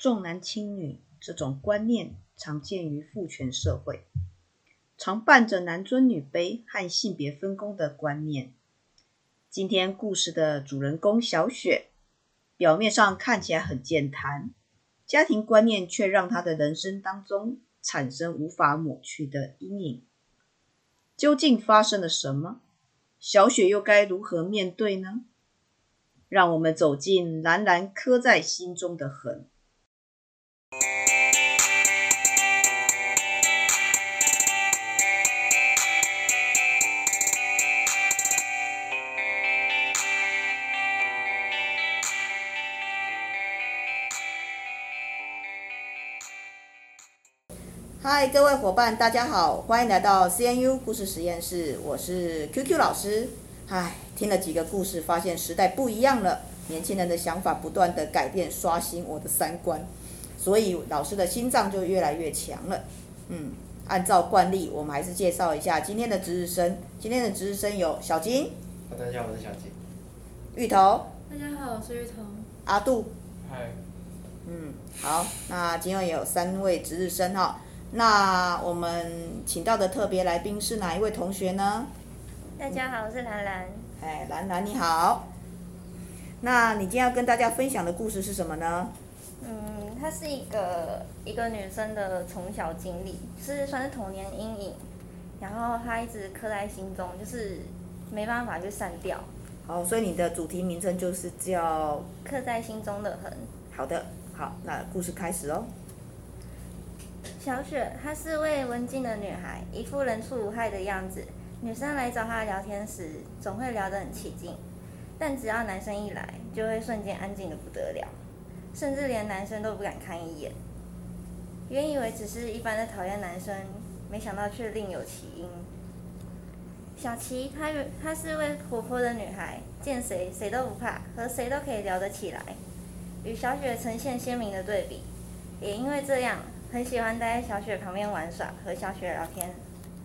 重男轻女这种观念常见于父权社会，常伴着男尊女卑和性别分工的观念。今天故事的主人公小雪，表面上看起来很健谈，家庭观念却让她的人生当中产生无法抹去的阴影。究竟发生了什么？小雪又该如何面对呢？让我们走进蓝蓝刻在心中的痕。嗨，各位伙伴，大家好，欢迎来到 CNU 故事实验室，我是 QQ 老师。听了几个故事，发现时代不一样了，年轻人的想法不断的改变，刷新我的三观，所以老师的心脏就越来越强了。按照惯例，我们还是介绍一下今天的值日生。今天的值日生有小金， 大家好，我是小金。 芋头， 大家好，我是芋头。 阿杜， 嗨。 好，那今天也有3位值日生哈。那我们请到的特别来宾是哪一位同学呢？ 大家好，我是兰兰。 兰兰你好。那你今天要跟大家分享的故事是什么呢？ 它是一个女生的从小经历，是算是童年阴影，然后她一直刻在心中，就是没办法去散掉。 好，所以你的主题名称就是叫刻在心中的痕。 好的，好，那故事开始哦。 小雪，她是位文静的女孩，一副人畜无害的样子。女生来找她聊天时，总会聊得很起劲，但只要男生一来，就会瞬间安静得不得了，甚至连男生都不敢看一眼。原以为只是一般的讨厌男生，没想到却另有其因。小琪，她是位活泼的女孩，见谁都不怕，和谁都可以聊得起来，与小雪呈现鲜明的对比。也因为这样，很喜欢待在小雪旁边玩耍，和小雪聊天。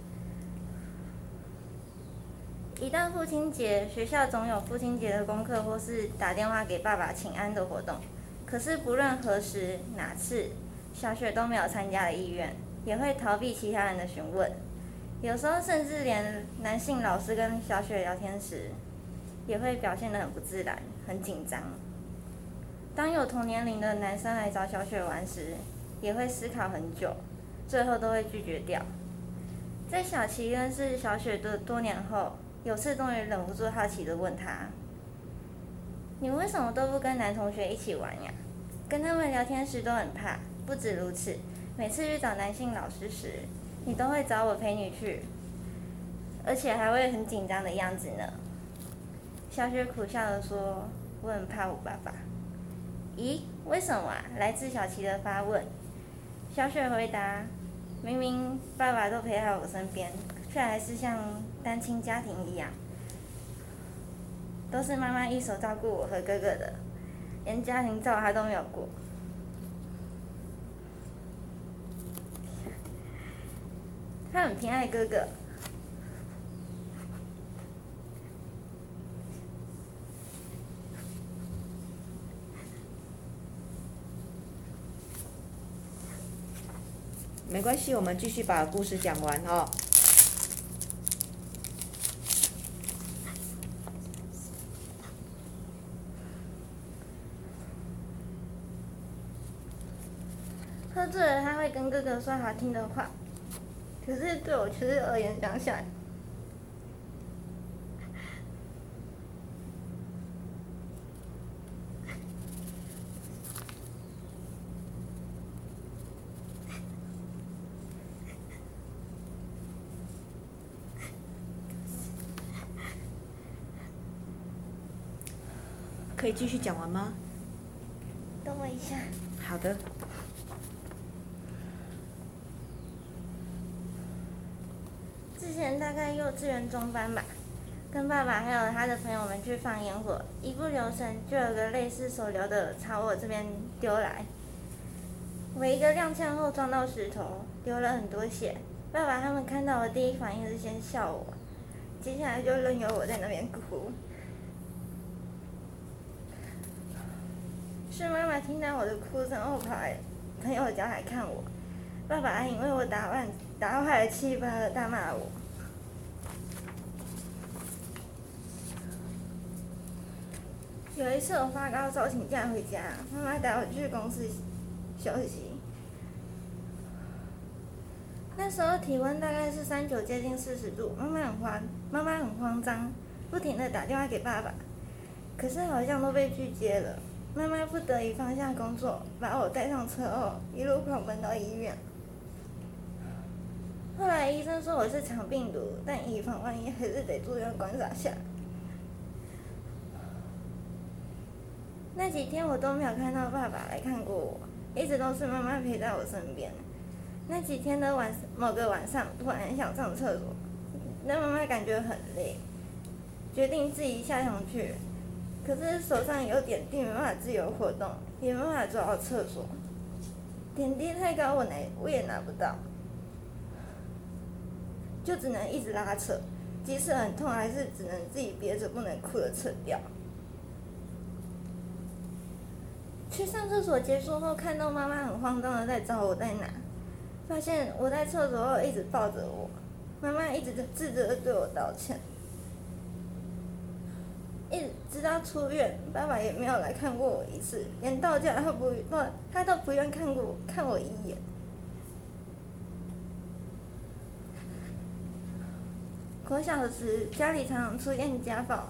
一到父亲节，学校总有父亲节的功课或是打电话给爸爸请安的活动。可是不论何时哪次，小雪都没有参加的意愿，也会逃避其他人的询问。有时候甚至连男性老师跟小雪聊天时，也会表现得很不自然，很紧张。当有同年龄的男生来找小雪玩时，也会思考很久，最后都会拒绝掉。在小琪认识小雪的多年后，有次终于忍不住好奇地问她：“你为什么都不跟男同学一起玩呀？跟他们聊天时都很怕。不止如此，每次去找男性老师时，你都会找我陪你去，而且还会很紧张的样子呢。”小雪苦笑地说：“我很怕我爸爸。”“咦，为什么啊？”来自小琪的发问。小雪回答：“明明爸爸都陪在我身边，却还是像单亲家庭一样，都是妈妈一手照顾我和哥哥的，连家庭照他都没有过。他很偏爱哥哥。” 没关系，我们继续把故事讲完哦。 喝醉了，他会跟哥哥说好听的话，可是对我却是恶言相向。 可以继续讲完吗？ 等我一下。 好的。 之前大概幼稚园中班吧，跟爸爸还有他的朋友们去放烟火，一不留神就有个类似手榴的朝我这边丢来，我一个踉跄后撞到石头，流了很多血。爸爸他们看到我第一反应是先笑我，接下来就任由我在那边哭。 是妈妈听到我的哭声后跑来朋友家来看我，爸爸还因为我打坏了气氛而大骂我。有一次我发高烧请假回家，妈妈带我去公司休息。那时候体温大概是39接近40度，妈妈很慌张，不停地打电话给爸爸，可是好像都被拒接了。妈妈不得已放下工作，把我带上车后，一路狂奔到医院。后来医生说我是肠病毒，但以防万一，还是得住院观察下。那几天我都没有看到爸爸来看过我，一直都是妈妈陪在我身边。那几天的某个晚上，突然想上厕所，但妈妈感觉很累，决定自己下床去。可是手上有点滴，没办法自由活动，也没办法走到厕所。点滴太高，我也拿不到，就只能一直拉扯，即使很痛，还是只能自己憋着不能哭的扯掉。去上厕所结束后，看到妈妈很慌张的在找我在哪，发现我在厕所后一直抱着我，妈妈一直自责的对我道歉。一直到出院，爸爸也没有来看过我一次，连到家他都不愿看我一眼。国小时家里常常出现家暴，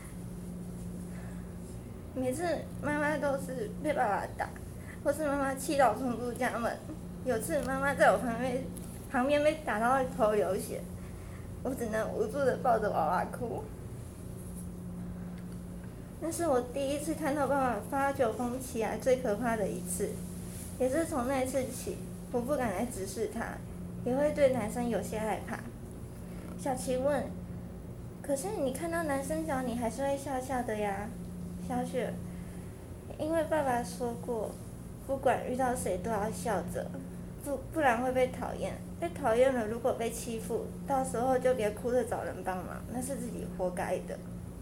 每次妈妈都是被爸爸打，或是妈妈气到冲出家门。有次妈妈在我旁边被打到头流血，我只能无助的抱着娃娃哭。那是我第一次看到爸爸发酒疯起来最可怕的一次，也是从那次起，我不敢来直视他，也会对男生有些害怕。小琪问：“可是你看到男生脚，你还是会笑笑的呀？”小雪：“因为爸爸说过，不管遇到谁都要笑着，不然会被讨厌。被讨厌了，如果被欺负，到时候就别哭着找人帮忙，那是自己活该的。”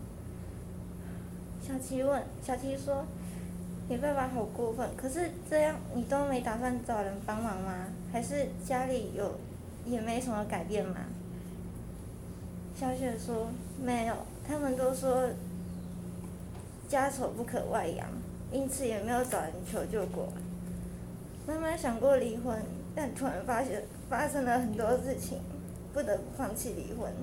小琪说：“你爸爸好过分，可是这样你都没打算找人帮忙吗？还是家里也没什么改变吗？”小雪说：“没有，他们都说家丑不可外扬，因此也没有找人求救过。妈妈想过离婚，但突然发生了很多事情，不得不放弃离婚。”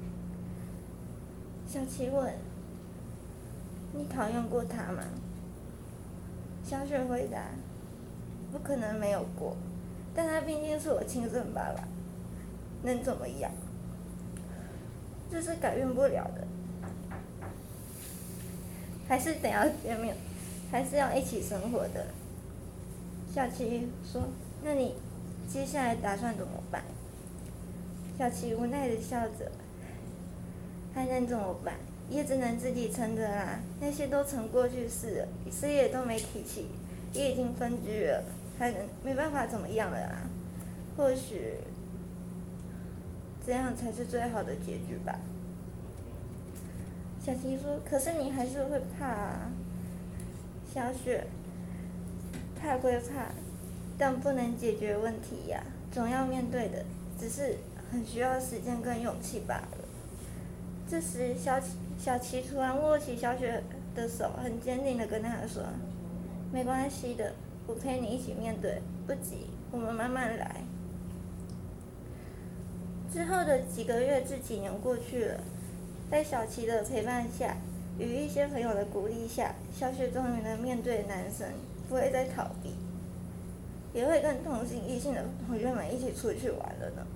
小琪问：“你讨厌过他吗？”小雪回答：“不可能没有过，但他毕竟是我亲生爸爸，能怎么样？这是改变不了的，还是得要见面，还是要一起生活的。”小琪说：“那你接下来打算怎么办？”小琪无奈的笑着：“还能怎么办？也只能自己撑着啦，那些都成过去式了，谁也都没提起，也已经分居了，没办法怎么样了啦。或许这样才是最好的结局吧。”小琪说：“可是你还是会怕啊。”小雪：“怕归怕，但不能解决问题呀，总要面对的，只是很需要时间跟勇气罢了。”这时小琪突然握起小雪的手，很坚定地跟她说：“没关系的，我陪你一起面对，不急，我们慢慢来。”之后的几个月至几年过去了，在小琪的陪伴下，与一些朋友的鼓励下，小雪终于能面对男生，不会再逃避，也会跟同性异性的同学们一起出去玩了呢。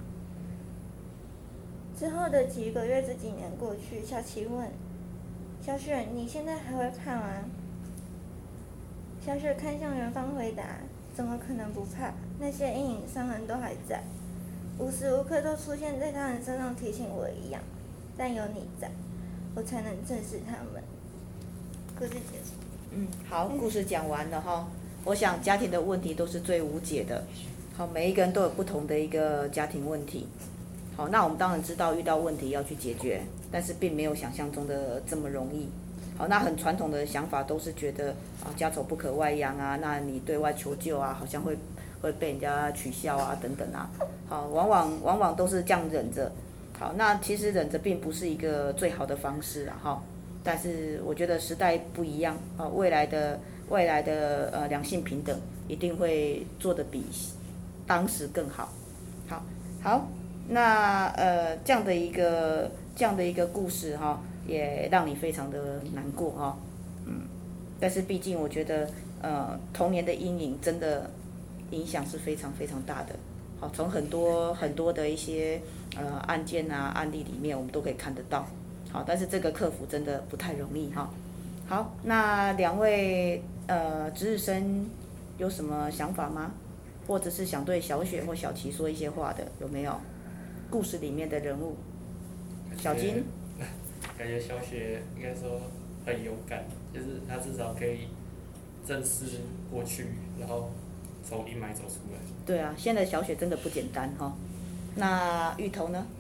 之后的几个月至几年过去，小琪问小雪：“你现在还会怕吗？”小雪看向远方回答：“怎么可能不怕？那些阴影伤痕都还在，无时无刻都出现在他人身上提醒我一样，但有你在，我才能正视他们。”故事结束。 好，故事讲完了哈。我想家庭的问题都是最无解的，好，每一个人都有不同的一个家庭问题。好，那我们当然知道遇到问题要去解决，但是并没有想象中的这么容易。 好，那很传统的想法都是觉得家丑不可外扬啊，那你对外求救啊，好像会被人家取笑啊等等啊。好，往往都是这样忍着。好，那其实忍着并不是一个最好的方式啊，哈。但是我觉得时代不一样啊，未来的两性平等一定会做得比当时更好。好，那这样的一个故事哈，也让你非常的难过哈，但是毕竟我觉得童年的阴影真的影响是非常非常大的。好，从很多的一些案件啊案例里面，我们都可以看得到。好，但是这个克服真的不太容易哈。好，那两位值日生有什么想法吗？或者是想对小雪或小琪说一些话的，有没有？故事里面的人物，小金。 感觉小雪应该说很勇敢，就是她至少可以正视过去，然后从阴霾走出来。 对啊，现在小雪真的不简单哈。那芋头呢？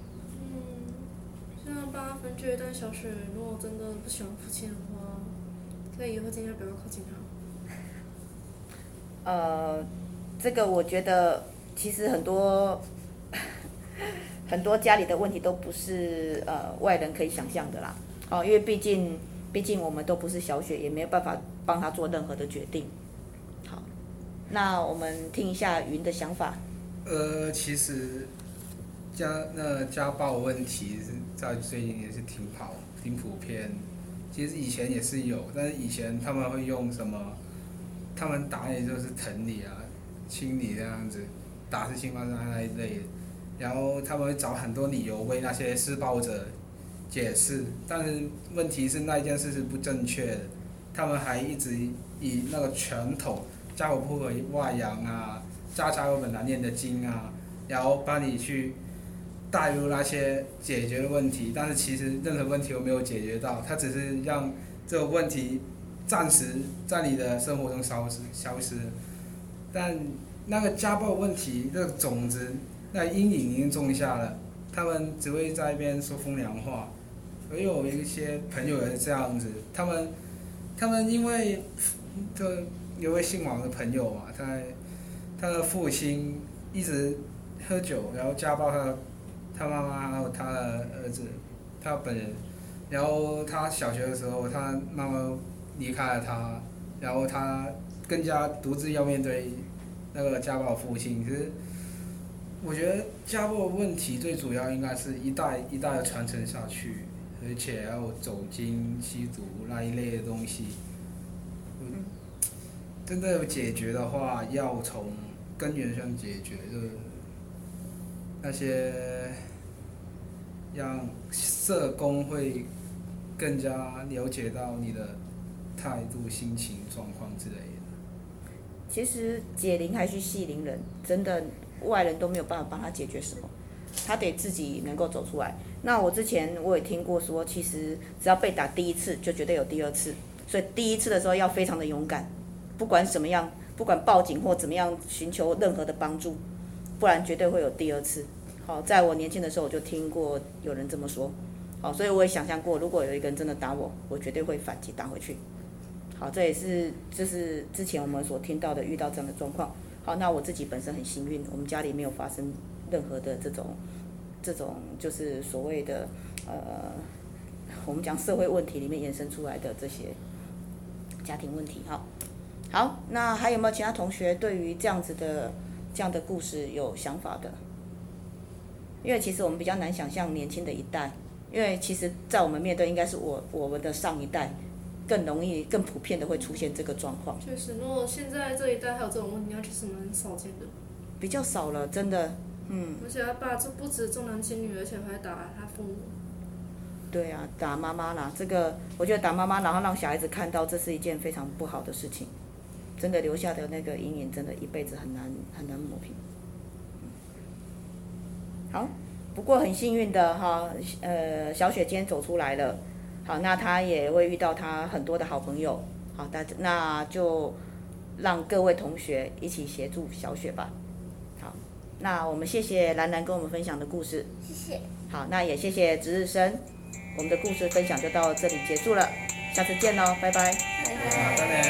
虽然帮他分居，但小雪如果真的不喜欢父亲的话，那以后尽量不要靠近他。 这个我觉得其实很多家里的问题都不是外人可以想象的啦。因为毕竟我们都不是小雪，也没有办法帮他做任何的决定。好，那我们听一下云的想法。 其实家暴问题在最近也是挺普遍。其实以前也是有，但是以前他们会用什么？他们打你就是疼你啊，亲你这样子，打是亲巴掌那一类的。然后他们会找很多理由为那些施暴者解释，但是问题是那件事是不正确的。他们还一直以那个拳头、家丑不可外扬啊、家有本难念的经啊，然后帮你去带入那些解决的问题，但是其实任何问题都没有解决到，它只是让这个问题暂时在你的生活中消失。但那个家暴问题那个种子，那阴影已经种下了，他们只会在一边说风凉话。我有一些朋友也是这样子，他们因为就有位姓王的朋友嘛，他的父亲一直喝酒，然后家暴他妈妈还有他的儿子，他本人。然后他小学的时候，他妈妈离开了他，然后他更加独自要面对那个家暴父亲。其实我觉得家暴问题最主要应该是一代一代的传承下去，而且要走进吸毒那一类的东西。真的有解决的话，要从根源上解决，就是那些让社工会更加了解到你的态度、心情、状况之类的。 其实解铃还须系铃人，真的外人都没有办法帮他解决什么，他得自己能够走出来。那我之前我也听过说，其实只要被打第一次，就绝对有第二次，所以第一次的时候要非常的勇敢，不管怎么样，不管报警或怎么样寻求任何的帮助，不然绝对会有第二次。好，在我年轻的时候我就听过有人这么说。好，所以我也想象过，如果有一个人真的打我，我绝对会反击打回去。好，这也是就是之前我们所听到的遇到这样的状况。好，那我自己本身很幸运，我们家里没有发生任何的这种就是所谓的我们讲社会问题里面衍生出来的这些家庭问题。好，那还有没有其他同学对于这样的故事有想法的？因为其实我们比较难想象年轻的一代，因为其实在我们面对应该是我们的上一代更容易更普遍的会出现这个状况。 确实，如果现在这一代还有这种问题，那其实蛮少见的。 比较少了，真的。 而且他爸就不止重男轻女，而且还打他父母。 对啊，打妈妈啦，这个我觉得打妈妈，然后让小孩子看到，这是一件非常不好的事情，真的留下的那个阴影，真的一辈子很难抹平。好，不过很幸运的哈，小雪今天走出来了。好，那她也会遇到她很多的好朋友。好，那就让各位同学一起协助小雪吧。好，那我们谢谢兰兰跟我们分享的故事。 谢谢。 好，那也谢谢值日生，我们的故事分享就到这里结束了， 下次见喽，拜拜。 拜好，再见。